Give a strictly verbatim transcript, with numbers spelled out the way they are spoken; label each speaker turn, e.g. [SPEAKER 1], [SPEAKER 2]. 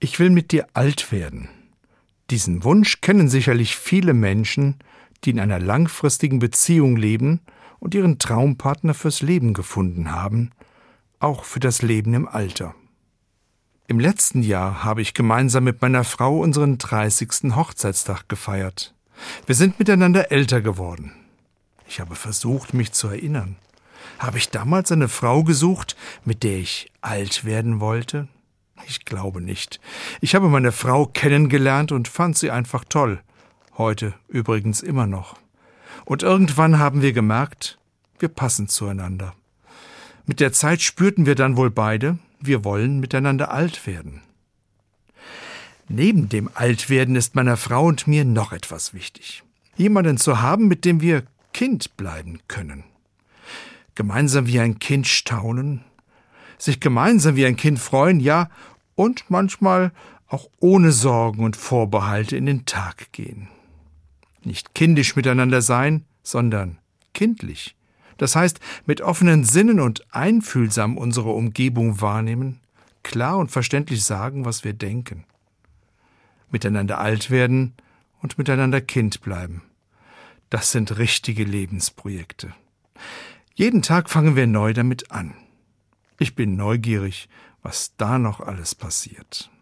[SPEAKER 1] Ich will mit dir alt werden. Diesen Wunsch kennen sicherlich viele Menschen, die in einer langfristigen Beziehung leben und ihren Traumpartner fürs Leben gefunden haben, auch für das Leben im Alter. Im letzten Jahr habe ich gemeinsam mit meiner Frau unseren dreißigsten Hochzeitstag gefeiert. Wir sind miteinander älter geworden. Ich habe versucht, mich zu erinnern. Habe ich damals eine Frau gesucht, mit der ich alt werden wollte? Ich glaube nicht. Ich habe meine Frau kennengelernt und fand sie einfach toll. Heute übrigens immer noch. Und irgendwann haben wir gemerkt, wir passen zueinander. Mit der Zeit spürten wir dann wohl beide, wir wollen miteinander alt werden. Neben dem Altwerden ist meiner Frau und mir noch etwas wichtig. Jemanden zu haben, mit dem wir Kind bleiben können. Gemeinsam wie ein Kind staunen, sich gemeinsam wie ein Kind freuen, ja, und manchmal auch ohne Sorgen und Vorbehalte in den Tag gehen. Nicht kindisch miteinander sein, sondern kindlich. Das heißt, mit offenen Sinnen und einfühlsam unsere Umgebung wahrnehmen, klar und verständlich sagen, was wir denken. Miteinander alt werden und miteinander Kind bleiben. Das sind richtige Lebensprojekte. Jeden Tag fangen wir neu damit an. Ich bin neugierig, was da noch alles passiert.